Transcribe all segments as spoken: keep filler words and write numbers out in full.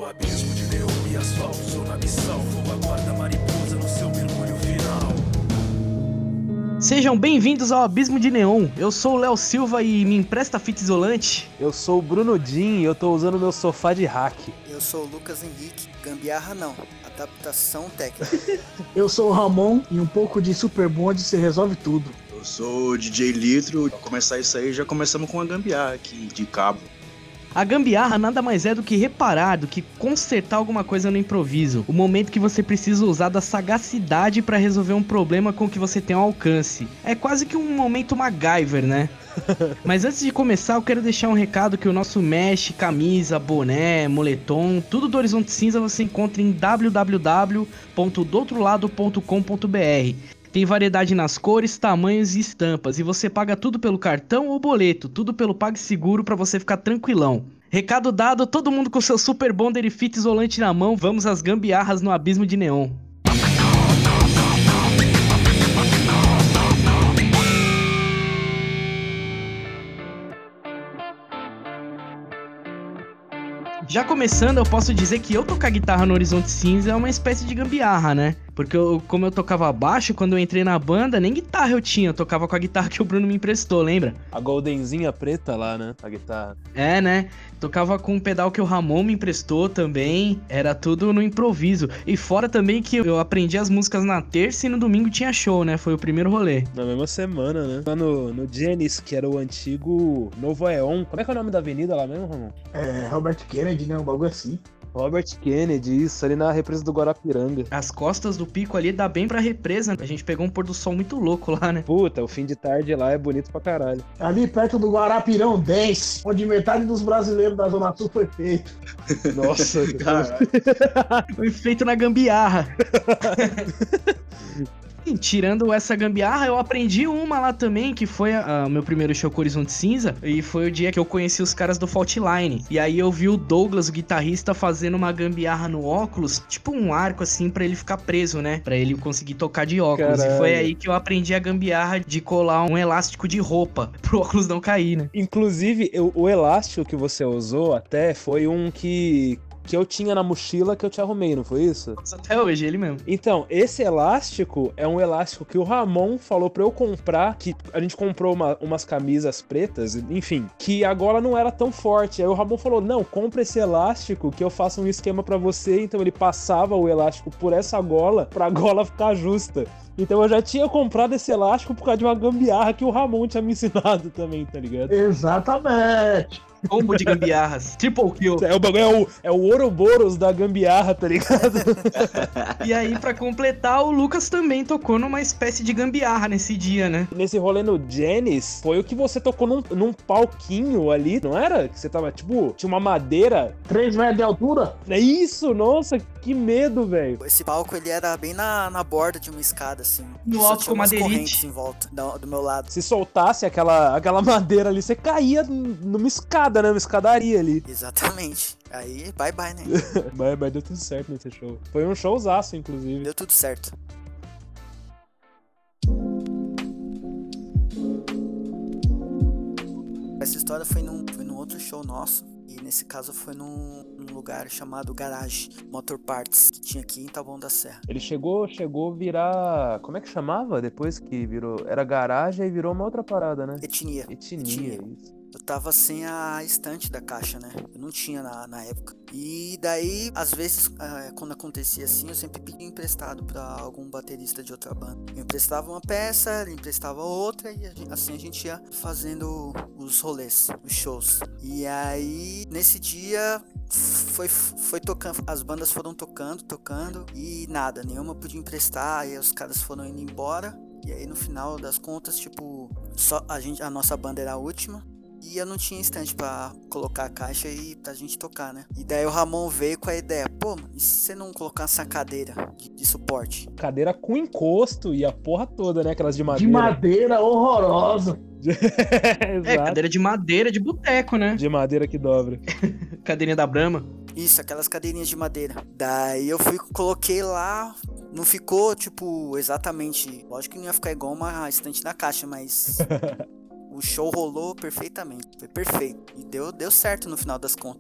No abismo de neon e asfalto, sou na missão, vou aguardar mariposa no seu mergulho final. Sejam bem-vindos ao Abismo de Neon. Eu sou o Léo Silva e me empresta fita isolante. Eu sou o Bruno Din e eu tô usando meu sofá de hack. Eu sou o Lucas Henrique, gambiarra não, adaptação técnica. Eu sou o Ramon e um pouco de Super Bond se resolve tudo. Eu sou o D J Litro, pra começar isso aí já começamos com a gambiarra aqui de cabo. A gambiarra nada mais é do que reparar, do que consertar alguma coisa no improviso. O momento que você precisa usar da sagacidade pra resolver um problema com que você tem ao alcance. É quase que um momento MacGyver, né? Mas antes de começar, eu quero deixar um recado que o nosso mesh, camisa, boné, moletom, tudo do Horizonte Cinza você encontra em w w w ponto do outro lado ponto com ponto b r. Tem variedade nas cores, tamanhos e estampas, e você paga tudo pelo cartão ou boleto, tudo pelo PagSeguro pra você ficar tranquilão. Recado dado, todo mundo com seu Super Bonder e fita isolante na mão, vamos às gambiarras no Abismo de Neon. Já começando, eu posso dizer que eu tocar guitarra no Horizonte Cinza é uma espécie de gambiarra, né? Porque eu, como eu tocava baixo, quando eu entrei na banda, nem guitarra eu tinha, eu tocava com a guitarra que o Bruno me emprestou, lembra? A goldenzinha preta lá, né? A guitarra. É, né? Tocava com um pedal que o Ramon me emprestou também, era tudo no improviso. E fora também que eu aprendi as músicas na terça e no domingo tinha show, né? Foi o primeiro rolê. Na mesma semana, né? Lá no, no Genis, que era o antigo Novo Aeon. Como é que é o nome da avenida lá mesmo, Ramon? É, Robert Kennedy, né? Um bagulho assim. Robert Kennedy, isso, ali na represa do Guarapiranga. As costas do pico ali dá bem pra represa. A gente pegou um pôr do sol muito louco lá, né? Puta, o fim de tarde lá é bonito pra caralho. Ali perto do Guarapirão dez, onde metade dos brasileiros da Zona Sul foi feito. Nossa, Caralho. Foi feito na gambiarra. E tirando essa gambiarra, eu aprendi uma lá também, que foi o meu primeiro show com Horizonte Cinza, e foi o dia que eu conheci os caras do Faultline. E aí eu vi o Douglas, o guitarrista, fazendo uma gambiarra no óculos, tipo um arco assim, pra ele ficar preso, né? Pra ele conseguir tocar de óculos. Caralho. E foi aí que eu aprendi a gambiarra de colar um elástico de roupa, pro óculos não cair, né? Inclusive, eu, o elástico que você usou até foi um que... que eu tinha na mochila que eu te arrumei, não foi isso? Até hoje, ele mesmo. Então, esse elástico é um elástico que o Ramon falou pra eu comprar, que a gente comprou uma, umas camisas pretas, enfim, que a gola não era tão forte. Aí o Ramon falou, não, compra esse elástico que eu faço um esquema pra você. Então ele passava o elástico por essa gola, pra gola ficar justa. Então eu já tinha comprado esse elástico por causa de uma gambiarra que o Ramon tinha me ensinado também, tá ligado? Exatamente. Combo de gambiarras. Triple kill. É o bagulho, é o, é o Ouroboros da gambiarra, tá ligado? E aí, pra completar, o Lucas também tocou numa espécie de gambiarra nesse dia, né? Nesse rolê no Genis, foi o que você tocou num, num palquinho ali, não era? Que você tava, tipo, tinha uma madeira. três metros de altura. É isso, nossa, que medo, velho. Esse palco, ele era bem na, na borda de uma escada, assim. No E só alto tinha com umas madeirite. correntes em volta, do, do meu lado. Se soltasse aquela, aquela madeira ali, você caía numa escada, né? Numa escadaria ali. Exatamente. Aí, bye bye, né? mas, mas deu tudo certo nesse show. Foi um showzaço, inclusive. Deu tudo certo. Essa história foi num, foi num outro show nosso. E nesse caso foi num, num lugar chamado Garage Motor Parts, que tinha aqui em Taboão da Serra. Ele chegou, chegou a virar... Como é que chamava depois que virou? Era garagem e virou uma outra parada, né? Etnia. Etnia, Etnia. isso. Eu tava sem a estante da caixa, né? Eu não tinha na, na época. E daí, às vezes, é, quando acontecia assim, eu sempre pedia emprestado pra algum baterista de outra banda. Eu emprestava uma peça, ele emprestava outra, e a gente, assim a gente ia fazendo os rolês, os shows. E aí, nesse dia, foi, foi tocando, as bandas foram tocando, tocando, e nada, nenhuma podia emprestar, e os caras foram indo embora. E aí, no final das contas, tipo, só a, gente, a nossa banda era a última. E eu não tinha estante pra colocar a caixa e pra gente tocar, né? E daí o Ramon veio com a ideia, pô, e se você não colocar essa cadeira de, de suporte? Cadeira com encosto e a porra toda, né? Aquelas de madeira. De madeira horrorosa. É, cadeira de madeira de boteco, né? De madeira que dobra. Cadeirinha da Brahma. Isso, aquelas cadeirinhas de madeira. Daí eu fui, coloquei lá, não ficou, tipo, exatamente... Lógico que não ia ficar igual uma estante na caixa, mas... O show rolou perfeitamente, foi perfeito. E deu, deu certo no final das contas.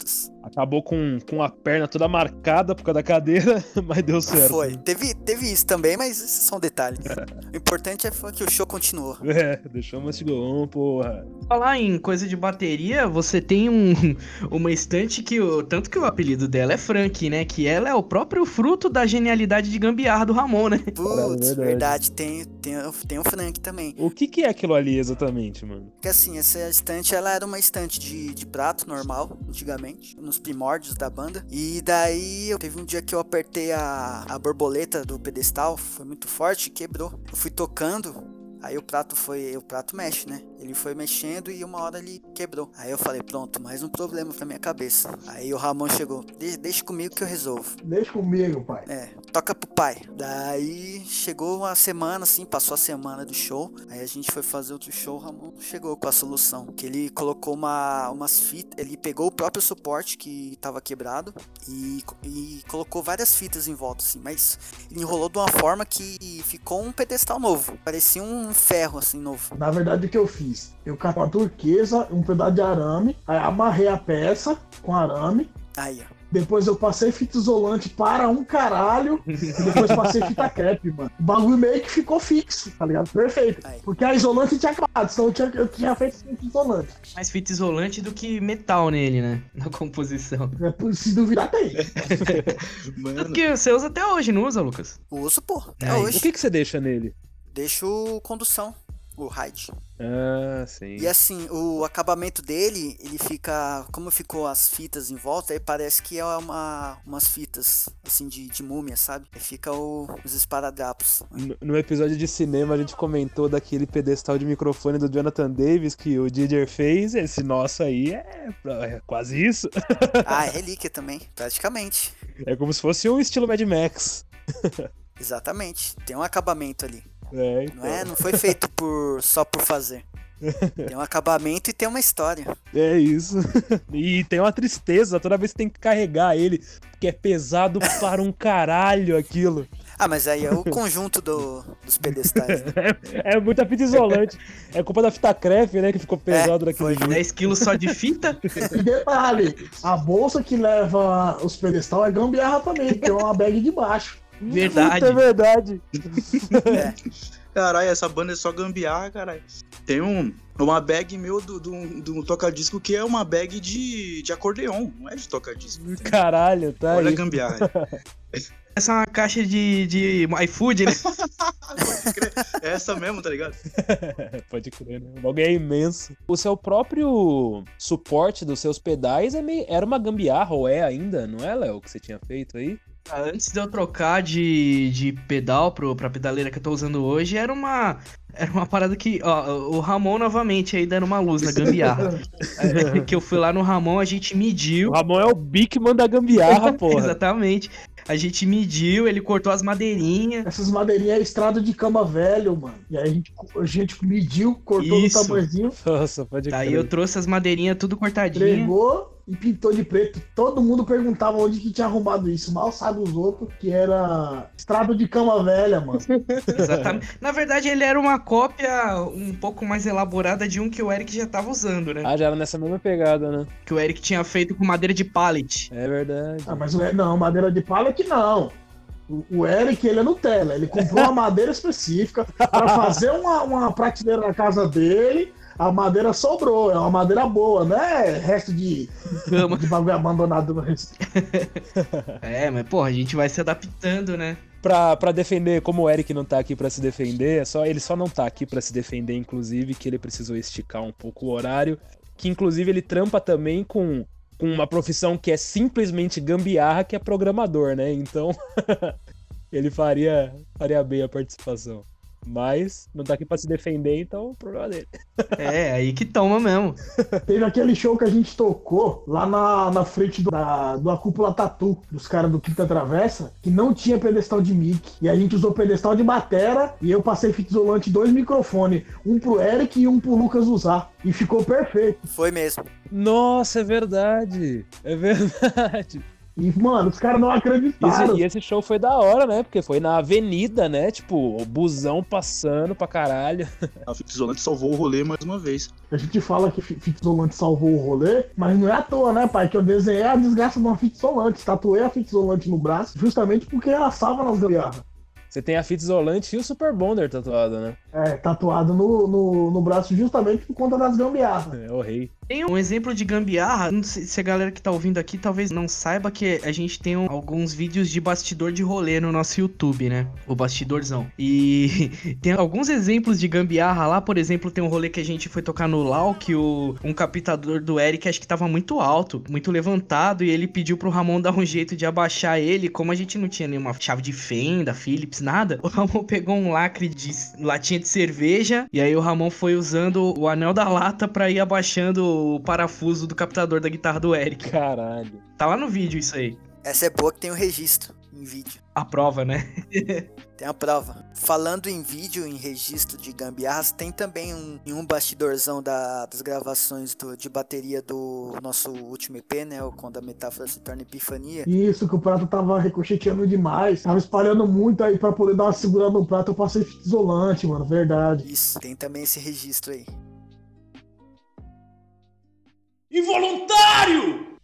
Acabou com, com a perna toda marcada por causa da cadeira, mas deu certo. Foi. Teve, teve isso também, mas esses são detalhes. O importante é que o show continuou. É, deixou o Must Go On, porra. Falar em coisa de bateria, você tem um, uma estante que, o, tanto que o apelido dela é Frank, né? Que ela é o próprio fruto da genialidade de gambiarra do Ramon, né? Putz, verdade. verdade, tem, tem, tem o Frank também. O que que é aquilo ali exatamente, mano? Porque assim, essa estante, ela era uma estante de, de prato normal, antigamente, nos primórdios da banda. E daí, eu teve um dia que eu apertei a, a borboleta do pedestal, foi muito forte e quebrou. Eu fui tocando, aí o prato foi, o prato mexe, né? Ele foi mexendo e uma hora ele quebrou. Aí eu falei, pronto, mais um problema pra minha cabeça. Aí o Ramon chegou, De, deixa comigo que eu resolvo. Deixa comigo, pai. É, toca pro pai. Daí chegou uma semana, assim, passou a semana do show. Aí a gente foi fazer outro show, o Ramon chegou com a solução. Que ele colocou uma, umas fitas, ele pegou o próprio suporte que tava quebrado e, e colocou várias fitas em volta, assim. Mas ele enrolou de uma forma que ficou um pedestal novo. Parecia um ferro, assim, novo. Na verdade, o que eu fiz? Eu catei uma turquesa, um pedaço de arame, aí amarrei a peça com arame. Aí, ó. Depois eu passei fita isolante para um caralho. E depois passei fita crepe, mano. O bagulho meio que ficou fixo, tá ligado? Perfeito. Aí. Porque a isolante tinha acabado, senão eu tinha, eu tinha feito fita isolante. Mais fita isolante do que metal nele, né? Na composição. É, se duvidar, tem. Mano, Porque você usa até hoje, não usa, Lucas? Uso, pô. Até Aí. hoje. O que que você deixa nele? Deixo condução. O ride. Ah, sim. E assim, o acabamento dele, ele fica... Como ficou as fitas em volta, aí parece que é uma, umas fitas, assim, de, de múmia, sabe? Aí fica o, os esparadrapos. No, no episódio de cinema a gente comentou daquele pedestal de microfone do Jonathan Davis que o Giger fez. Esse nosso aí é, é quase isso. Ah, é relíquia também, praticamente. É como se fosse um estilo Mad Max. Exatamente. Tem um acabamento ali. É, então. Não é? Não foi feito por só por fazer. Tem um acabamento e tem uma história. É isso. E tem uma tristeza toda vez que tem que carregar ele, porque é pesado para um caralho aquilo. Ah, mas aí é o conjunto do, dos pedestais. Né? É, é muita fita isolante. É culpa da fita crepe, né, que ficou pesado É, daquele foi. jeito. dez quilos só de fita? E detalhe, a bolsa que leva os pedestal é gambiarra também, tem uma bag de baixo. Verdade. Puta, é verdade. É. caralho, essa banda é só gambiarra, caralho. Tem um, uma bag meu do, do, do toca-disco que é uma bag de, de acordeon, não é de toca-disco. Caralho, tá Olha a aí. gambiarra. Essa é uma caixa de, de iFood, né? Pode crer. É essa mesmo, tá ligado? Pode crer, né? O bagulho é imenso. O seu próprio suporte dos seus pedais é meio... era uma gambiarra, ou é ainda, não é, Léo, que você tinha feito aí? Antes de eu trocar de, de pedal pro, pra pedaleira que eu tô usando hoje, era uma, era uma parada que... Ó, o Ramon novamente aí dando uma luz na gambiarra. É, que eu fui lá no Ramon, a gente mediu... O Ramon é o Bigman da gambiarra, porra. Exatamente. A gente mediu, ele cortou as madeirinhas. Essas madeirinhas é estrada de cama velho, mano. E aí a gente, a gente mediu, cortou Isso. no tamanhozinho, Nossa, pode Daí crer. eu trouxe as madeirinhas tudo cortadinha. entregou e pintou de preto. Todo mundo perguntava onde que tinha arrumado isso. Mal sabe os outros que era estrada de cama velha, mano. Exatamente. Na verdade, ele era uma cópia um pouco mais elaborada de um que o Eric já tava usando, né? Ah, já era nessa mesma pegada, né? Que o Eric tinha feito com madeira de pallet. É verdade. Ah, mas o Eric- não, madeira de pallet não. O, o Eric, ele é Nutella. Ele comprou uma madeira específica para fazer uma, uma prateleira na casa dele. A madeira sobrou, é uma madeira boa, não é resto de, Cama. de bagulho abandonado no resto. É, mas porra, a gente vai se adaptando, né? Pra, pra defender, como o Eric não tá aqui pra se defender, é só, ele só não tá aqui pra se defender, inclusive, que ele precisou esticar um pouco o horário, que inclusive ele trampa também com, com uma profissão que é simplesmente gambiarra, que é programador, né? Então, ele faria, faria bem a participação. Mas não tá aqui pra se defender, então o problema é dele. É, aí que toma mesmo. Teve aquele show que a gente tocou lá na, na frente do, da, da cúpula Tatu, dos caras do Quinta Travessa, que não tinha pedestal de mic. E a gente usou pedestal de batera e eu passei fita isolante dois microfones, um pro Eric e um pro Lucas usar. E ficou perfeito. Foi mesmo. Nossa, é verdade. É verdade. E, mano, os caras não acreditaram. Esse, e esse show foi da hora, né? Porque foi na avenida, né? Tipo, o busão passando pra caralho. A fita isolante salvou o rolê mais uma vez. A gente fala que fita isolante salvou o rolê, mas não é à toa, né, pai? Que eu desenhei a desgraça de uma fita isolante. Tatuei a fita isolante no braço, justamente porque ela salva nas gambiarras. Você tem a fita isolante e o Super Bonder tatuado, né? É, tatuado no, no, no braço justamente por conta das gambiarras. É o rei. Tem um exemplo de gambiarra, não sei se a galera que tá ouvindo aqui talvez não saiba que a gente tem um, alguns vídeos de bastidor de rolê no nosso YouTube, né? O bastidorzão. E tem alguns exemplos de gambiarra lá, por exemplo, tem um rolê que a gente foi tocar no Lau, que o, um captador do Eric acho que tava muito alto, muito levantado, e ele pediu pro Ramon dar um jeito de abaixar ele, como a gente não tinha nenhuma chave de fenda, Phillips, nada, o Ramon pegou um lacre de latinha de cerveja, e aí o Ramon foi usando o anel da lata pra ir abaixando o parafuso do captador da guitarra do Eric. Caralho. Tá lá no vídeo isso aí. Essa é boa que tem o registro em vídeo. A prova, né? Tem a prova. Falando em vídeo, em registro de gambiarras, tem também um, um bastidorzão da, das gravações do, de bateria do nosso último E P, né? Quando a metáfora se torna epifania. Isso, que o prato tava ricocheteando demais. Tava espalhando muito aí pra poder dar uma segurada no prato. Eu passei fita isolante, mano, verdade. Isso, tem também esse registro aí. Involuntário!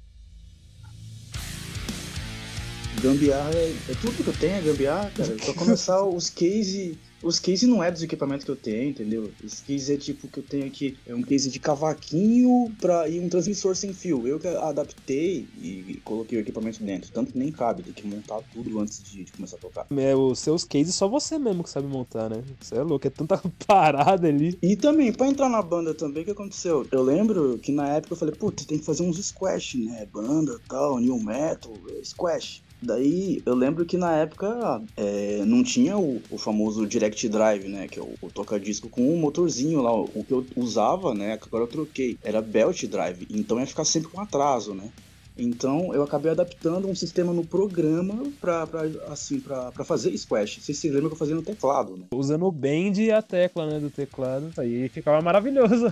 Gambiarra é, é tudo que eu tenho, é gambiarra, cara. Pra começar, os case. Os case não é dos equipamentos que eu tenho, entendeu? Esse case é tipo que eu tenho aqui. É um case de cavaquinho pra, e um transmissor sem fio. Eu que adaptei e coloquei o equipamento dentro. Tanto que nem cabe, tem que montar tudo antes de, de começar a tocar. É, os seus cases só você mesmo que sabe montar, né? Você é louco, é tanta parada ali. E também, pra entrar na banda também, o que aconteceu? Eu lembro que na época eu falei, putz, tem que fazer uns squash, né? Banda, tal, new metal, squash. Daí, eu lembro que na época é, não tinha o, o famoso Direct Drive, né? Que é o, o toca-disco com o motorzinho lá. O que eu usava, né? Que agora eu troquei. Era Belt Drive. Então ia ficar sempre com atraso, né? Então eu acabei adaptando um sistema no programa pra, pra, assim, pra, pra fazer squash. Vocês se lembram que eu fazia no teclado, né? Usando o bend e a tecla, né, do teclado. Aí ficava maravilhoso.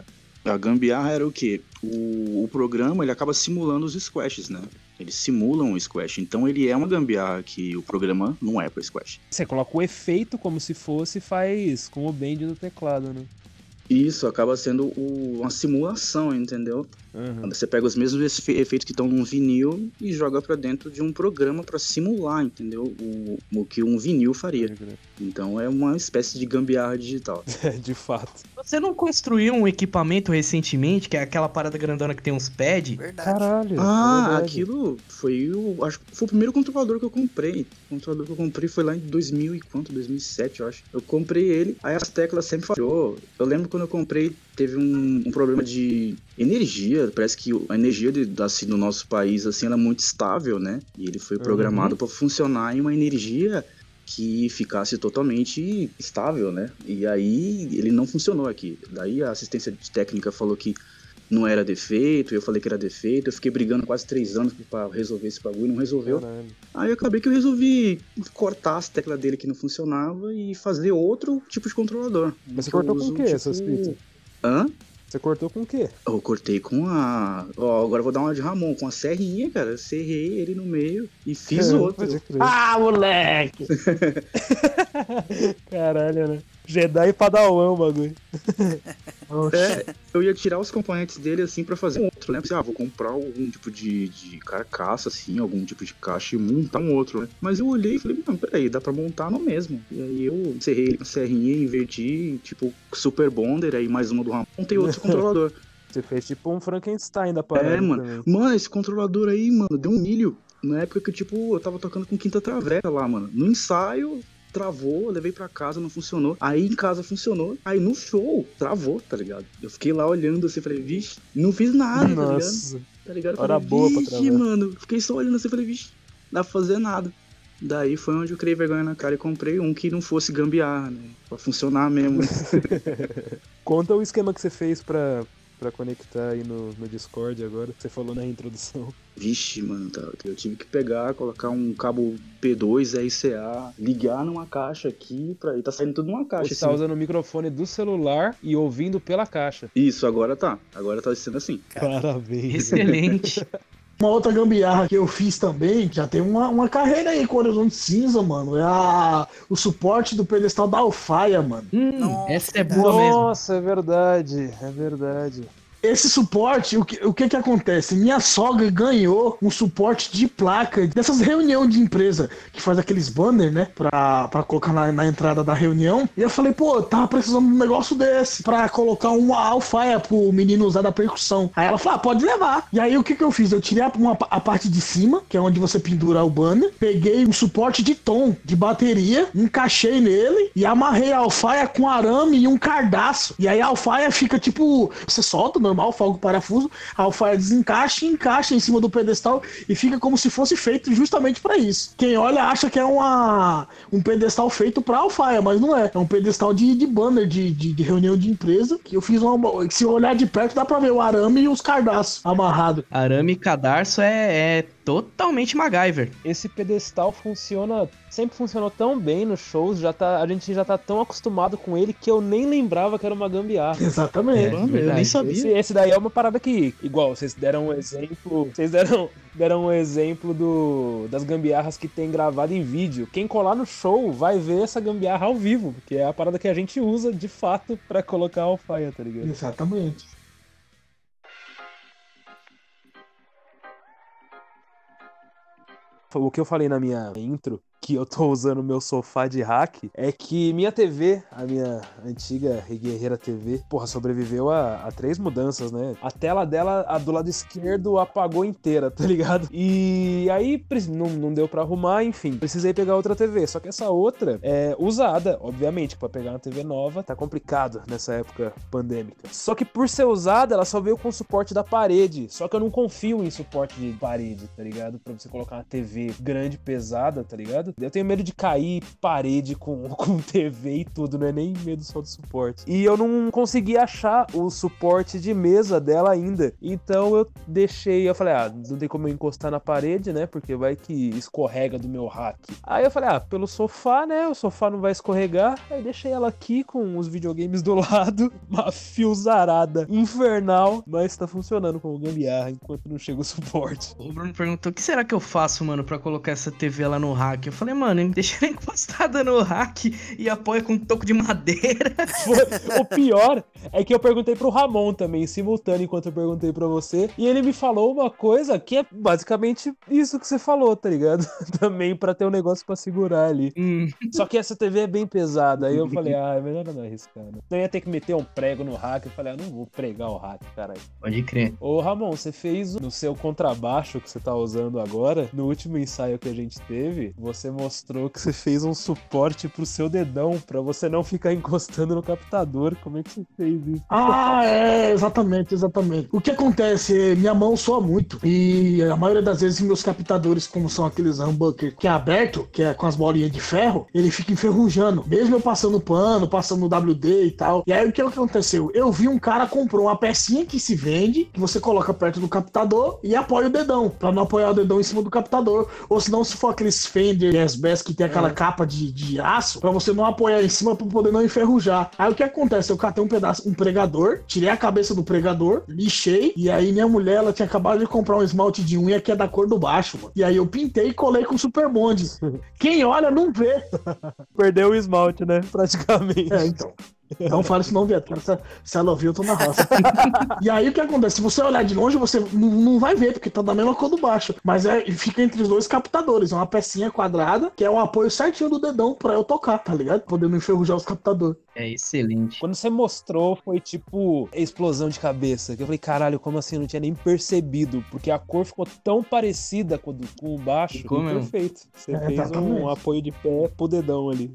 A gambiarra era o quê? O, o programa, ele acaba simulando os squashes, né? Eles simulam o squash, então ele é uma gambiarra que o programa não é para squash. Você coloca o efeito como se fosse e faz com o bend do teclado, né? Isso, acaba sendo o, uma simulação, entendeu? Uhum. Você pega os mesmos efeitos que estão num vinil e joga pra dentro de um programa pra simular, entendeu? O, o que um vinil faria. Então é uma espécie de gambiarra digital. É, de fato. Você não construiu um equipamento recentemente, que é aquela parada grandona que tem uns pads? Verdade. Caralho. Ah, é verdade. aquilo foi o. Acho que foi o primeiro controlador que eu comprei. O controlador que eu comprei foi lá em dois mil e quanto? dois mil e sete, eu acho. Eu comprei ele, aí as teclas sempre falhou. Eu lembro quando eu comprei, teve um, um problema de energia. Parece que a energia de, assim, do nosso país assim, era muito estável, né? E ele foi programado uhum. para funcionar em uma energia que ficasse totalmente estável, né? E aí ele não funcionou aqui. Daí a assistência técnica falou que não era defeito, eu falei que era defeito, eu fiquei brigando quase três anos pra resolver esse bagulho, não resolveu. Caralho. Aí acabei que eu resolvi cortar as teclas dele que não funcionava e fazer outro tipo de controlador. Mas você cortou com o que tipo... essas fitas? Hã? Você cortou com o quê? Eu cortei com a... Ó, agora eu vou dar uma de Ramon, com a serrinha, cara. Eu serrei ele no meio e fiz é, outro. Ah, moleque! Caralho, né? Jedi Padawan o bagulho. É, eu ia tirar os componentes dele assim pra fazer um outro, né? Pensei, ah, vou comprar algum tipo de, de carcaça, assim, algum tipo de caixa e montar um outro, né? Mas eu olhei e falei, não, peraí, dá pra montar no mesmo. E aí eu serrei ele com a serrinha, inverti, tipo, Super Bonder, aí mais uma do Ramon, montei outro controlador. Você fez tipo um Frankenstein da parada. É, mano. Também. Mano, esse controlador aí, mano, deu um milho. Na época que, tipo, eu tava tocando com Quinta Travessa lá, mano. No ensaio... travou, levei pra casa, não funcionou. Aí em casa funcionou. Aí no show, travou, tá ligado? Eu fiquei lá olhando assim, falei, vixe, não fiz nada, Nossa. tá ligado? Tá ligado? Hora falei, boa pra vixe, mano. Fiquei só olhando assim, falei, vixe, dá pra fazer nada. Daí foi onde eu criei vergonha na cara e comprei um que não fosse gambiarra, né? Pra funcionar mesmo. Conta o esquema que você fez pra, pra conectar aí no, no Discord agora, que você falou na introdução. Vixe, mano, tá, eu tive que pegar, colocar um cabo P dois R C A, ligar numa caixa aqui, pra... e tá saindo tudo numa caixa. Você assim. Tá usando o microfone do celular e ouvindo pela caixa. Isso, agora tá. Agora tá sendo assim. Parabéns. Excelente. Uma outra gambiarra que eu fiz também, já tem uma, uma carreira aí com Horizonte Cinza, mano. É a, o suporte do pedestal da Alfaia, mano. Hum, Nossa, essa é verdade. boa mesmo. Nossa, é verdade, é verdade. Esse suporte, o que, o que que acontece? Minha sogra ganhou um suporte de placa dessas reuniões de empresa que faz aqueles banners, né? Pra, pra colocar na, na entrada da reunião. E eu falei, pô, eu tava precisando de um negócio desse pra colocar uma alfaia pro menino usar da percussão. Aí ela falou, ah, pode levar. E aí o que que eu fiz? Eu tirei a, uma, a parte de cima, que é onde você pendura o banner. Peguei um suporte de tom, de bateria, encaixei nele e amarrei a alfaia com arame e um cardaço. E aí a alfaia fica tipo, você solta, normal, folga o parafuso, a alfaia desencaixa e encaixa em cima do pedestal e fica como se fosse feito justamente pra isso. Quem olha acha que é uma, um pedestal feito pra alfaia, mas não é. É um pedestal de, de banner, de, de, de reunião de empresa, que eu fiz uma... Se olhar de perto dá pra ver o arame e os cardaços amarrados. Arame e cadarço é, é totalmente MacGyver. Esse pedestal funciona, sempre funcionou tão bem nos shows, já tá, a gente já tá tão acostumado com ele que eu nem lembrava que era uma gambiarra. Exatamente. É, Mano, eu verdade. nem sabia. Esse, esse daí é uma parada que, igual, vocês deram um exemplo, vocês deram, deram um exemplo do, das gambiarras que tem gravado em vídeo. Quem colar no show vai ver essa gambiarra ao vivo, porque é a parada que a gente usa, de fato, pra colocar a alfaia, tá ligado? Exatamente. O que eu falei na minha intro, que eu tô usando o meu sofá de hack, é que minha T V, a minha antiga Guerreira T V, porra, sobreviveu a, a três mudanças, né? A tela dela, a do lado esquerdo, apagou inteira, tá ligado? E aí não, não deu pra arrumar, enfim, precisei pegar outra T V. Só que essa outra é usada, obviamente, pra pegar uma T V nova, tá complicado nessa época pandêmica. Só que por ser usada, ela só veio com suporte da parede. Só que eu não confio em suporte de parede, tá ligado? Pra você colocar uma T V grande, pesada, tá ligado? Eu tenho medo de cair parede com, com T V e tudo, não é nem medo só do suporte. E eu não consegui achar o suporte de mesa dela ainda. Então eu deixei, eu falei, ah, não tem como eu encostar na parede, né? Porque vai que escorrega do meu hack. Aí eu falei, ah, pelo sofá, né? O sofá não vai escorregar. Aí deixei ela aqui com os videogames do lado. Uma fiozarada infernal. Mas tá funcionando como gambiarra enquanto não chega o suporte. O Bruno perguntou, o que será que eu faço, mano, pra colocar essa T V lá no rack? Eu falei, mano, deixa ela encostada no rack e apoia com um toco de madeira. Foi, o pior é que eu perguntei pro Ramon também, simultâneo, enquanto eu perguntei pra você, e ele me falou uma coisa que é basicamente isso que você falou, tá ligado? Também pra ter um negócio pra segurar ali. Hum. Só que essa T V é bem pesada, aí eu falei, ah, é melhor não arriscar, né? Então eu ia ter que meter um prego no rack, eu falei, ah, não vou pregar o rack, caralho. Pode crer. Ô Ramon, você fez no seu contrabaixo que você tá usando agora, no último ensaio que a gente teve, você mostrou que você fez um suporte pro seu dedão, pra você não ficar encostando no captador. Como é que você fez isso? Ah, é, exatamente, exatamente. O que acontece, minha mão soa muito e a maioria das vezes meus captadores, como são aqueles humbucker que é aberto, que é com as bolinhas de ferro, ele fica enferrujando, mesmo eu passando pano, passando W D e tal. E aí o que aconteceu? Eu vi um cara comprou uma pecinha que se vende, que você coloca perto do captador e apoia o dedão, pra não apoiar o dedão em cima do captador, ou senão se for aqueles Fender S B S que tem aquela é. capa de, de aço, pra você não apoiar em cima pra poder não enferrujar. Aí o que acontece? Eu catei um pedaço, um pregador, tirei a cabeça do pregador, lixei, e aí minha mulher, ela tinha acabado de comprar um esmalte de unha que é da cor do baixo, mano. E aí eu pintei e colei com Super Bond. Quem olha não vê. Perdeu o esmalte, né? Praticamente. É, então. Não fala isso não, Vitor. Se, se ela ouvir, eu tô na roça. E aí o que acontece? Se você olhar de longe, você não, não vai ver, porque tá da mesma cor do baixo. Mas é, fica entre os dois captadores. É uma pecinha quadrada, que é um apoio certinho do dedão pra eu tocar, tá ligado? Podendo enferrujar os captadores. É excelente. Quando você mostrou, foi tipo explosão de cabeça. Que eu falei, caralho, como assim? Eu não tinha nem percebido. Porque a cor ficou tão parecida com, do, com o baixo. Ficou perfeito. Você é, fez um apoio de pé pro dedão ali.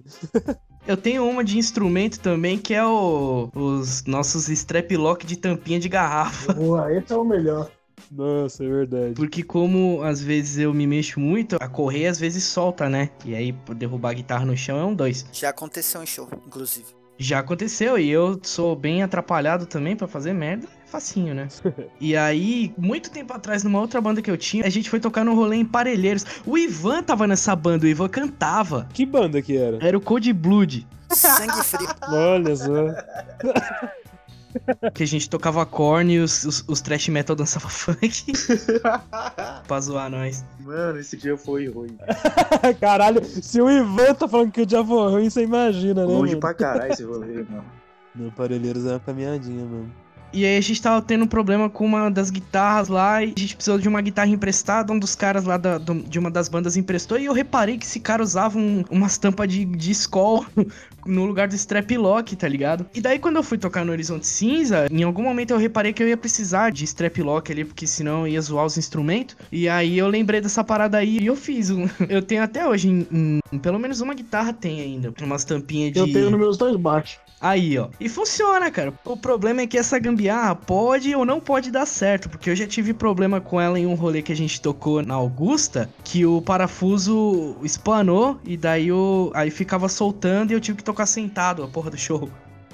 Eu tenho uma de instrumento também, que é o, os nossos strap lock de tampinha de garrafa. Boa, esse é o melhor. Nossa, é verdade. Porque como às vezes eu me mexo muito, a correia às vezes solta, né? E aí derrubar a guitarra no chão é um dois. Já aconteceu em show, inclusive. Já aconteceu, e eu sou bem atrapalhado também pra fazer merda. É facinho, né? E aí, muito tempo atrás, numa outra banda que eu tinha, a gente foi tocar num rolê em Parelheiros. O Ivan tava nessa banda, o Ivan cantava. Que banda que era? Era o Cold Blood. Sangue frio. Olha só. Que a gente tocava corne e os, os, os trash metal dançavam funk. Pra zoar nós. Mano, esse dia foi ruim. Caralho, se o Ivan tá falando que o dia foi ruim, você imagina, né, Longe mano? pra caralho esse rolê, mano. No Parelheiros é uma caminhadinha, mano. E aí a gente tava tendo um problema com uma das guitarras lá e a gente precisou de uma guitarra emprestada, um dos caras lá da, do, de uma das bandas emprestou e eu reparei que esse cara usava um, umas tampas de, de Skol no lugar do strap lock, tá ligado? E daí quando eu fui tocar no Horizonte Cinza, em algum momento eu reparei que eu ia precisar de strap lock ali, porque senão eu ia zoar os instrumentos. E aí eu lembrei dessa parada aí e eu fiz um... Eu tenho até hoje, em, em, pelo menos uma guitarra tem ainda, umas tampinhas de... Eu tenho nos meus dois baixos. Aí, ó. E funciona, cara. O problema é que essa gambiarra pode ou não pode dar certo, porque eu já tive problema com ela em um rolê que a gente tocou na Augusta, que o parafuso espanou e daí o aí ficava soltando e eu tive que tocar sentado a porra do show.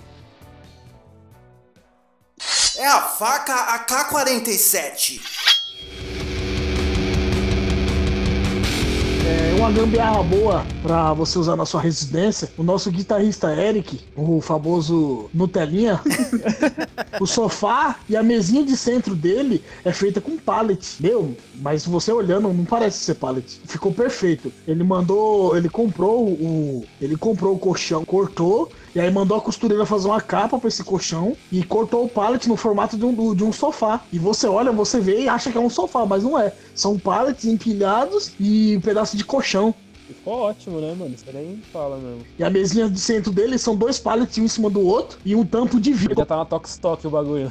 É a faca A K quarenta e sete. É uma gambiarra boa pra você usar na sua residência. O nosso guitarrista Eric, o famoso Nutelinha, o sofá e a mesinha de centro dele é feita com pallet. Meu, mas você olhando não parece ser pallet. Ficou perfeito. Ele mandou, ele comprou o, ele comprou o colchão, cortou e aí mandou a costureira fazer uma capa pra esse colchão e cortou o pallet no formato de um, de um sofá. E você olha, você vê e acha que é um sofá, mas não é. São pallets empilhados e um pedaço de colchão. Ficou ótimo, né, mano? Você nem fala mesmo. E a mesinha de centro dele são dois pallets, um em cima do outro e um tampo de vidro. Já tá na Tox Stock o bagulho.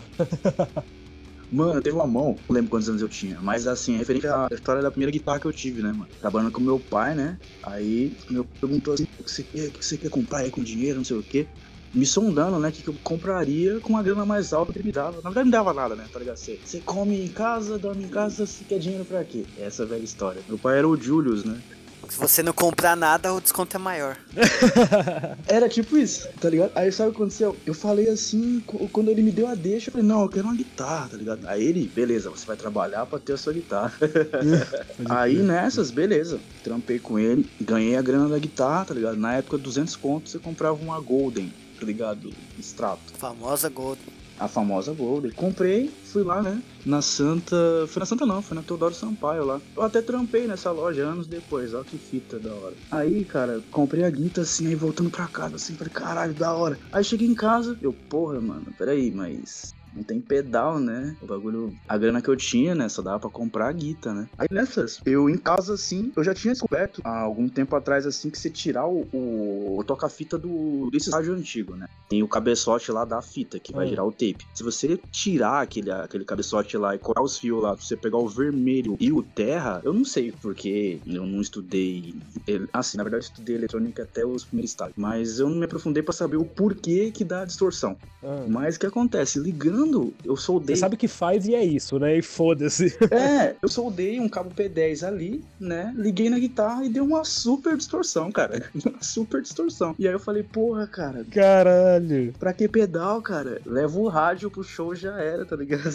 Mano, teve uma mão, não lembro quantos anos eu tinha, mas assim, referente à história da primeira guitarra que eu tive, né, mano? Trabalhando com meu pai, né? Aí meu pai perguntou assim: o que você quer, o que você quer comprar aí com dinheiro, não sei o quê. Me sondando, né, que eu compraria com uma grana mais alta que ele me dava. Na verdade, não me dava nada, né, tá ligado? Você, você come em casa, dorme em casa, você quer dinheiro pra quê? Essa é a velha história. Meu pai era o Julius, né? Se você não comprar nada, o desconto é maior. Era tipo isso, tá ligado? Aí sabe o que aconteceu? Eu falei assim, quando ele me deu a deixa, eu falei, não, eu quero uma guitarra, tá ligado? Aí ele, beleza, você vai trabalhar pra ter a sua guitarra. Aí nessas, beleza, trampei com ele, ganhei a grana da guitarra, tá ligado? Na época, duzentos contos, você comprava uma Golden, tá ligado? Extrato. Famosa Gold. A famosa Golden. Comprei, fui lá, né? Na Santa... Foi na Santa não, foi na Teodoro Sampaio lá. Eu até trampei nessa loja anos depois, ó que fita da hora. Aí, cara, comprei a guita assim, aí voltando pra casa, assim, falei, caralho, da hora. Aí cheguei em casa, eu, porra, mano, peraí, mas... não tem pedal, né? O bagulho... A grana que eu tinha, né? Só dava pra comprar a guita, né? Aí nessas, eu em casa, assim... Eu já tinha descoberto, há algum tempo atrás, assim... Que você tirar o, o, o toca-fita do... desse rádio antigo, né? Tem o cabeçote lá da fita, que vai hum. girar o tape. Se você tirar aquele, aquele cabeçote lá e cortar os fios lá... Você pegar o vermelho e o terra... Eu não sei porque eu não estudei... Assim, na verdade eu estudei eletrônica até os primeiros estágios. Mas eu não me aprofundei pra saber o porquê que dá a distorção. Hum. Mas o que acontece? Ligando... Eu soldei... Você sabe o que faz e é isso, né? E foda-se. É, eu soldei um cabo P dez ali, né? Liguei na guitarra e deu uma super distorção, cara. Uma super distorção. E aí eu falei, porra, cara... Caralho. Pra que pedal, cara? Leva o rádio pro show, já era, tá ligado?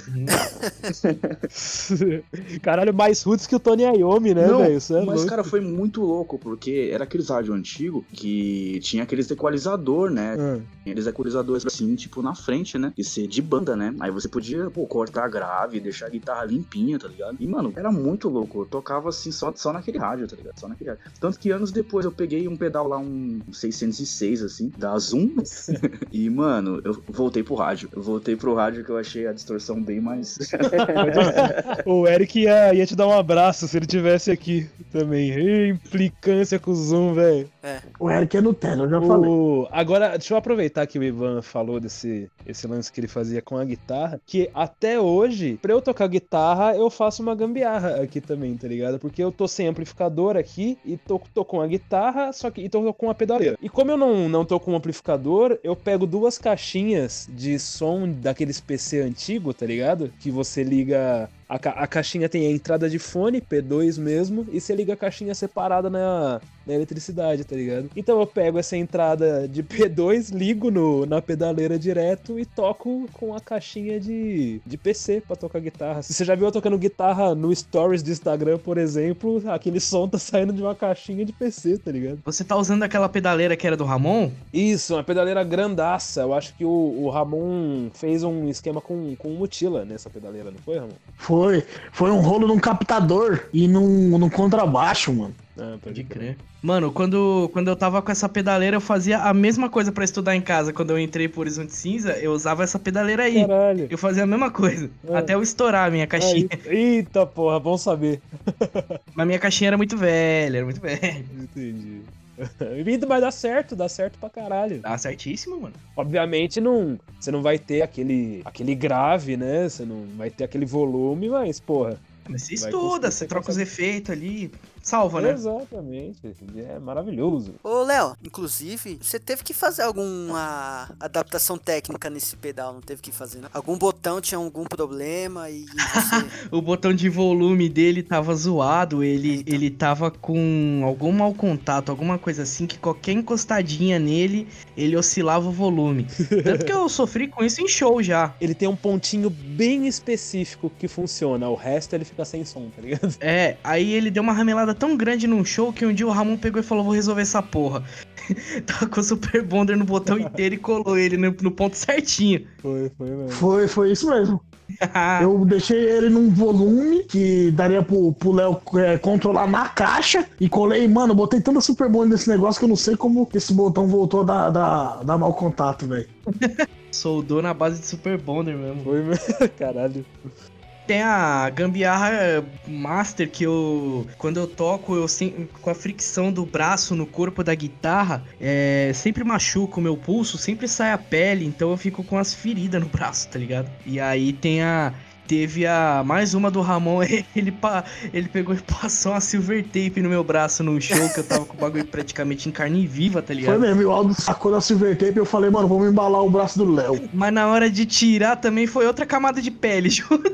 Caralho, mais roots que o Tony Iommi, né, Não, velho? Isso é mas, louco. cara, foi muito louco, porque era aqueles rádio antigo que tinha aqueles equalizador, né? Hum. Aqueles equalizadores assim, tipo, na frente, né? E ser de banda, né? Aí você podia, pô, cortar grave, deixar a guitarra limpinha, tá ligado? E, mano, era muito louco. Eu tocava assim, só, só naquele rádio, tá ligado? Só naquele rádio. Tanto que anos depois eu peguei um pedal lá, um seiscentos e seis, assim, da Zoom. E, mano, eu voltei pro rádio. Eu voltei pro rádio que eu achei a distorção bem mais... O Eric ia, ia te dar um abraço se ele tivesse aqui também. Ei, implicância com o Zoom, velho. É. O Eric é Nutella, eu já falei. O... Agora, deixa eu aproveitar que o Ivan falou desse esse lance que ele fazia com a guitarra, que até hoje, pra eu tocar guitarra, eu faço uma gambiarra aqui também, tá ligado? Porque eu tô sem amplificador aqui e tô, tô com a guitarra, só que e tô com a pedaleira. E como eu não, não tô com um amplificador, eu pego duas caixinhas de som daqueles P C antigo, tá ligado? Que você liga A, ca- a caixinha tem a entrada de fone, P dois mesmo, e você liga a caixinha separada na, na eletricidade, tá ligado? Então eu pego essa entrada de P dois, ligo no, na pedaleira direto e toco com a caixinha de, de P C pra tocar guitarra. Se você já viu eu tocando guitarra no Stories do Instagram, por exemplo, aquele som tá saindo de uma caixinha de P C, tá ligado? Você tá usando aquela pedaleira que era do Ramon? Isso, uma pedaleira grandaça. Eu acho que o, o Ramon fez um esquema com, com Mutila nessa pedaleira, não foi, Ramon? Foi, foi um rolo num captador e num, num contrabaixo, mano. Ah, Pode crer. Mano, quando, quando eu tava com essa pedaleira, eu fazia a mesma coisa pra estudar em casa. Quando eu entrei pro Horizonte Cinza, eu usava essa pedaleira aí. Caralho. Eu fazia a mesma coisa, É. até eu estourar a minha caixinha. Aí- Eita porra, bom saber. Mas minha caixinha era muito velha, era muito velha. Entendi. E vai dar certo, dá certo pra caralho. Tá certíssimo, mano. Obviamente não, você não vai ter aquele, aquele grave, né? Você não vai ter aquele volume, mas porra. Mas você Vai estuda, conseguir, você você troca os consegue. efeitos ali, salva, né? Exatamente. É maravilhoso. Ô, Léo, inclusive, você teve que fazer alguma adaptação técnica nesse pedal, não teve que fazer, não? Algum botão tinha algum problema e você... O botão de volume dele tava zoado, ele, Então. ele tava com algum mau contato, alguma coisa assim, que qualquer encostadinha nele, ele oscilava o volume. Tanto que eu sofri com isso em show já. Ele tem um pontinho bem específico que funciona, o resto ele fica sem som, tá ligado? É, aí ele deu uma ramelada tão grande num show que um dia o Ramon pegou e falou, vou resolver essa porra. Tacou o Super Bonder no botão inteiro e colou ele no, no ponto certinho. Foi, foi mesmo. Foi, foi isso mesmo. Eu deixei ele num volume que daria pro pro Léo é, controlar na caixa e colei, mano, botei tanta Super Bond nesse negócio que eu não sei como esse botão voltou a dar, dar, dar mau contato, velho. Soldou na base de Super Bonder mesmo. Foi mesmo. Caralho. Tem a gambiarra master que eu, quando eu toco, eu sem- com a fricção do braço no corpo da guitarra, é, sempre machuca o meu pulso, sempre sai a pele, então eu fico com as feridas no braço, tá ligado? E aí tem a... Teve a mais uma do Ramon, ele, pa, ele pegou e passou uma silver tape no meu braço num show que eu tava com o bagulho praticamente em carne viva, tá Foi ligado? mesmo, e o Aldo sacou da Silver Tape e eu falei, mano, vamos embalar o braço do Léo. Mas na hora de tirar também foi outra camada de pele junto.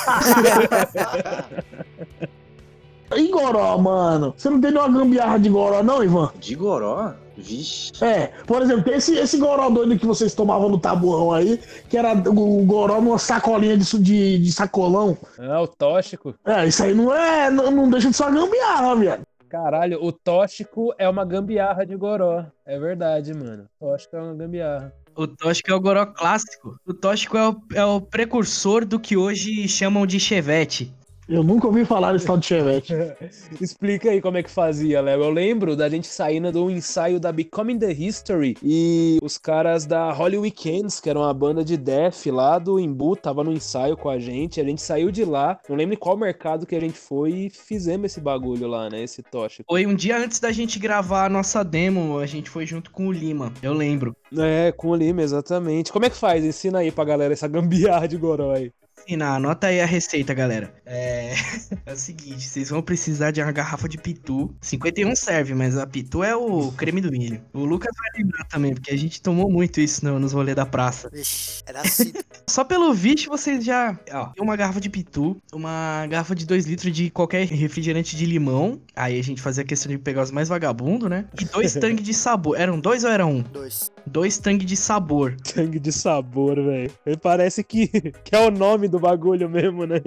E Goró, mano? Você não tem nenhuma gambiarra de Goró, não, Ivan? De Goró? Vixe. É, por exemplo, tem esse, esse Goró doido que vocês tomavam no tabuão aí, que era o Goró numa sacolinha de, su- de, de sacolão. Ah, o tóxico. É, isso aí não é. Não, não deixa de ser uma gambiarra, velho. Caralho, o tóxico é uma gambiarra de goró. É verdade, mano. O tóxico é uma gambiarra. O tóxico é o goró clássico. O tóxico é o, é o precursor do que hoje chamam de chevette. Eu nunca ouvi falar desse tal de Chevette. Explica aí como é que fazia, Léo. Eu lembro da gente saindo do ensaio da Becoming the History e os caras da Holy Weekends, que era uma banda de death lá do Imbu, tava no ensaio com a gente. A gente saiu de lá, não lembro em qual mercado que a gente foi e fizemos esse bagulho lá, né? Esse tóxico. Foi um dia antes da gente gravar a nossa demo, a gente foi junto com o Lima, eu lembro. É, com o Lima, exatamente. Como é que faz? Ensina aí pra galera essa gambiarra de goró aí. Ensina, anota aí a receita, galera. É... é o seguinte, vocês vão precisar de uma garrafa de pitu. cinquenta e um serve, mas a pitu é o creme do milho. O Lucas vai lembrar também, porque a gente tomou muito isso no, nos rolês da praça. Vixe, era assim. Só pelo visto, vocês já... Ó, tem uma garrafa de pitu, uma garrafa de dois litros de qualquer refrigerante de limão. Aí a gente fazia a questão de pegar os mais vagabundos, né? E dois tanques de sabor. Eram dois ou era um? Dois. Dois tanques de sabor. Tangue de sabor, velho. Parece que, que é o nome do bagulho mesmo, né?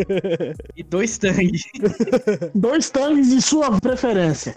E dois tanques. Dois tanques de sua preferência.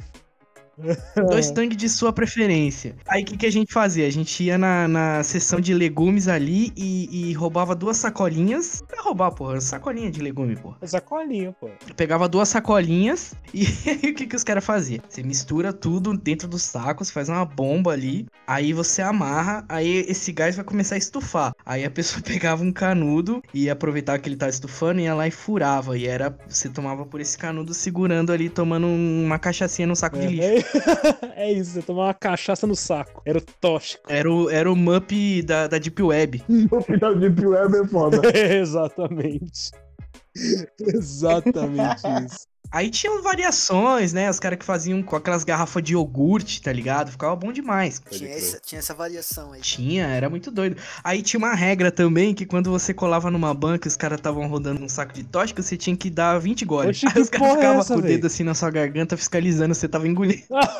Dois tanques de sua preferência. Aí o que, que a gente fazia? A gente ia na, na seção de legumes ali e, e roubava duas sacolinhas. Pra roubar, porra, sacolinha de legume, porra. Sacolinha, pô. Pegava duas sacolinhas e aí o que, que os caras faziam? Você mistura tudo dentro do saco, você faz uma bomba ali, aí você amarra, aí esse gás vai começar a estufar. Aí a pessoa pegava um canudo e aproveitava que ele tava estufando e ia lá e furava. E era, você tomava por esse canudo segurando ali, tomando uma cachaçinha no saco de lixo. É isso, você tomar uma cachaça no saco. Era o tóxico. Era o, era o Mup da, da Deep Web. No final de Deep Web é foda. Exatamente. Exatamente isso. Aí tinham variações, né? Os caras que faziam com aquelas garrafas de iogurte, tá ligado? Ficava bom demais. Tinha essa, tinha essa variação aí. Tinha, era muito doido. Aí tinha uma regra também que quando você colava numa banca e os caras estavam rodando um saco de tóxico, você tinha que dar vinte goles. Oxi, Aí que os caras porra é ficavam essa, com o véi? dedo assim na sua garganta fiscalizando se você tava engolindo.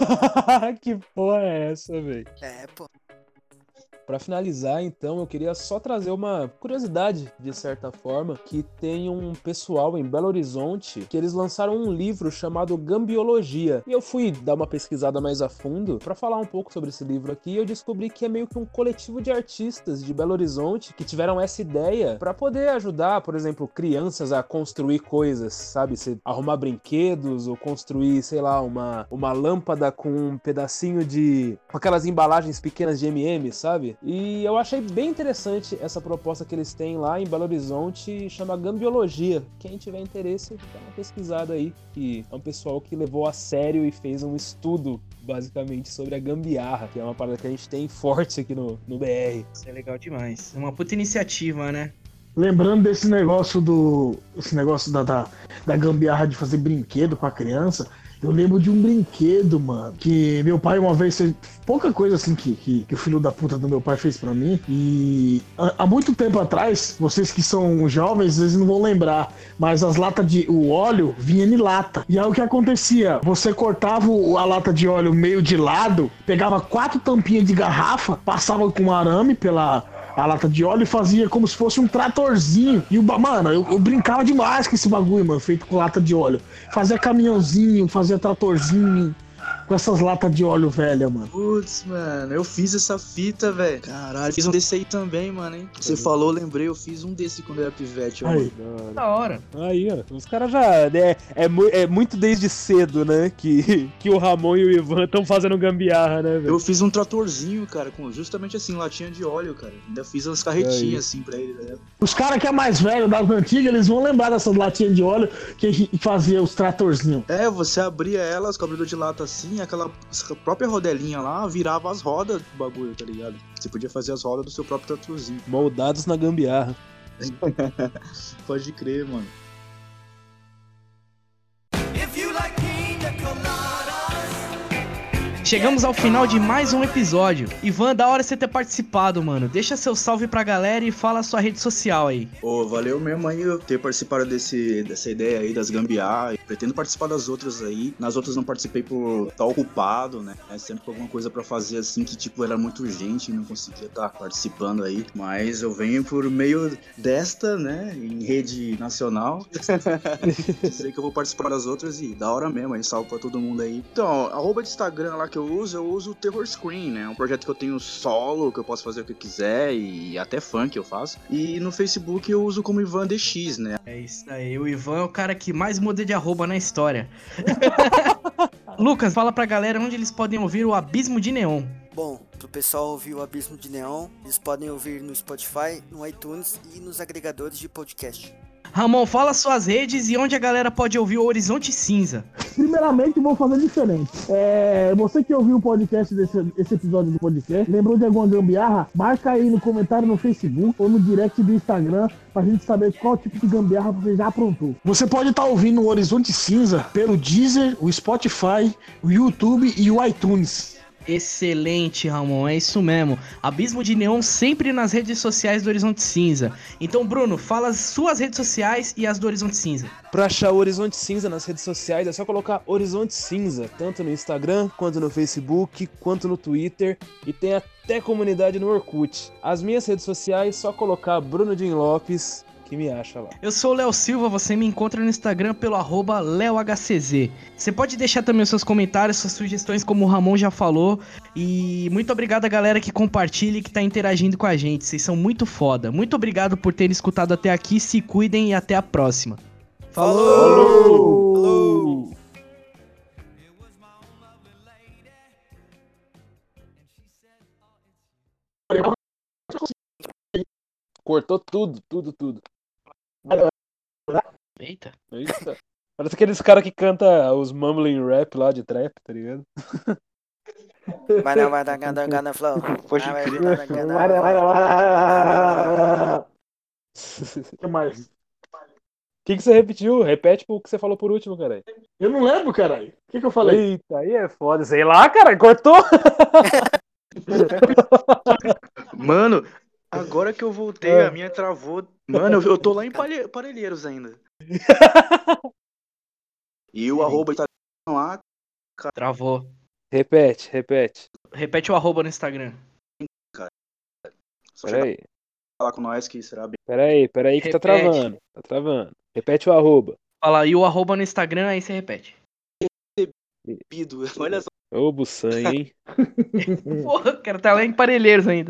Que porra é essa, velho? É, pô. Pra finalizar, então, eu queria só trazer uma curiosidade, de certa forma, que tem um pessoal em Belo Horizonte que eles lançaram um livro chamado Gambiologia. E eu fui dar uma pesquisada mais a fundo pra falar um pouco sobre esse livro aqui e eu descobri que é meio que um coletivo de artistas de Belo Horizonte que tiveram essa ideia pra poder ajudar, por exemplo, crianças a construir coisas, sabe? Se arrumar brinquedos ou construir, sei lá, uma, uma lâmpada com um pedacinho de... com aquelas embalagens pequenas de M e M, sabe? E eu achei bem interessante essa proposta que eles têm lá em Belo Horizonte, chama Gambiologia. Quem tiver interesse, dá uma pesquisada aí, que é um pessoal que levou a sério e fez um estudo, basicamente, sobre a gambiarra, que é uma parada que a gente tem forte aqui no, no B R. Isso é legal demais. É uma puta iniciativa, né? Lembrando desse negócio do. Esse negócio da, da, da gambiarra de fazer brinquedo pra criança. Eu lembro de um brinquedo, mano, que meu pai uma vez fez. Pouca coisa assim que, que, que o filho da puta do meu pai fez pra mim. E há, há muito tempo atrás, vocês que são jovens, às vezes não vão lembrar, mas as latas de. O óleo vinha em lata. E aí o que acontecia? Você cortava o- a lata de óleo meio de lado, pegava quatro tampinhas de garrafa, passava com um arame pela. A lata de óleo e fazia como se fosse um tratorzinho. E o ba- mano, eu, eu brincava demais com esse bagulho, mano, feito com lata de óleo. Fazia caminhãozinho, fazia tratorzinho com essas latas de óleo velha, mano. Putz, mano, eu fiz essa fita, velho. Caralho, fiz um desse aí também, mano, hein? Você falou, lembrei, eu fiz um desse quando eu era pivete, ó, Aí. mano. Da hora. Aí, ó, os caras já. É, é, mu- é muito desde cedo, né? Que, que o Ramon e o Ivan estão fazendo gambiarra, né, velho? Eu fiz um tratorzinho, cara, com justamente assim, latinha de óleo, cara. Ainda fiz as carretinhas assim pra ele, né? Os caras que é mais velho das antigas, eles vão lembrar dessas latinhas de óleo que a gente fazia os tratorzinhos. É, você abria elas com abridor de lata assim, aquela própria rodelinha lá virava as rodas do bagulho, tá ligado? Você podia fazer as rodas do seu próprio tratorzinho. Moldados na gambiarra. Pode crer, mano. If you like pina coladas. Chegamos ao final de mais um episódio. Ivan, da hora você ter participado, mano. Deixa seu salve pra galera e fala a sua rede social aí. Ô, valeu mesmo aí eu ter participado desse, dessa ideia aí das gambiarra. Pretendo participar das outras aí. Nas outras não participei por estar ocupado, né? É sempre com alguma coisa pra fazer assim que, tipo, era muito urgente e não conseguia estar participando aí. Mas eu venho por meio desta, né? Em rede nacional. Dizer que eu vou participar das outras e da hora mesmo. Aí salve pra todo mundo aí. Então, arroba de Instagram lá que eu uso, eu uso o Terror Screen, né? É um projeto que eu tenho solo, que eu posso fazer o que eu quiser e até funk eu faço. E no Facebook eu uso como Ivan D X, né? É isso aí, o Ivan é o cara que mais muda de arroba na história. Lucas, fala pra galera onde eles podem ouvir o Abismo de Neon. Bom, pro pessoal ouvir o Abismo de Neon, eles podem ouvir no Spotify, no iTunes e nos agregadores de podcast. Ramon, fala suas redes e onde a galera pode ouvir o Horizonte Cinza. Primeiramente, vou fazer diferente. É, você que ouviu o podcast desse esse episódio do podcast, lembrou de alguma gambiarra? Marca aí no comentário no Facebook ou no direct do Instagram pra gente saber qual tipo de gambiarra você já aprontou. Você pode estar ouvindo o Horizonte Cinza pelo Deezer, o Spotify, o YouTube e o iTunes. Excelente, Ramon, é isso mesmo. Abismo de Neon sempre nas redes sociais do Horizonte Cinza. Então, Bruno, fala as suas redes sociais e as do Horizonte Cinza. Pra achar o Horizonte Cinza nas redes sociais é só colocar Horizonte Cinza, tanto no Instagram, quanto no Facebook, quanto no Twitter, e tem até comunidade no Orkut. As minhas redes sociais, só colocar Bruno Jim Lopes, que me acha lá. Eu sou o Léo Silva, você me encontra no Instagram pelo arroba leohcz. Você pode deixar também os seus comentários, suas sugestões, como o Ramon já falou. E muito obrigado a galera que compartilha e que tá interagindo com a gente. Vocês são muito foda. Muito obrigado por terem escutado até aqui. Se cuidem e até a próxima. Falou! Falou! Cortou tudo, tudo, tudo. Eita. Eita. Parece aqueles caras que canta os mumbling rap lá de trap, tá ligado? Vai não, vai dar gana, gana, flow. Pode Vai, crer. vai dar gana, Vai, vai, gana. vai. O que mais? que, que você repetiu? Repete o que você falou por último, caralho. Eu não lembro, caralho. O que, que eu falei? Eita, aí é foda. Sei lá, cara, cortou. Mano, agora que eu voltei, É. a minha travou. Mano, eu, eu tô lá em Palhe- Parelheiros ainda. E o arroba tá lá. Travou. Repete, repete. Repete o arroba no Instagram. Só chegar Peraí, lá com nós que será bem. peraí, peraí que tá Repete. travando. Tá travando. Repete o arroba. Fala, e o arroba no Instagram, aí você repete. Pido. Olha só. Ô, Buçanha, hein? Porra, o cara tá lá em Parelheiros ainda.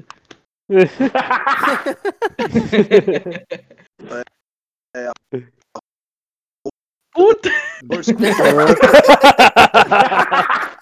É. Puta! Borso-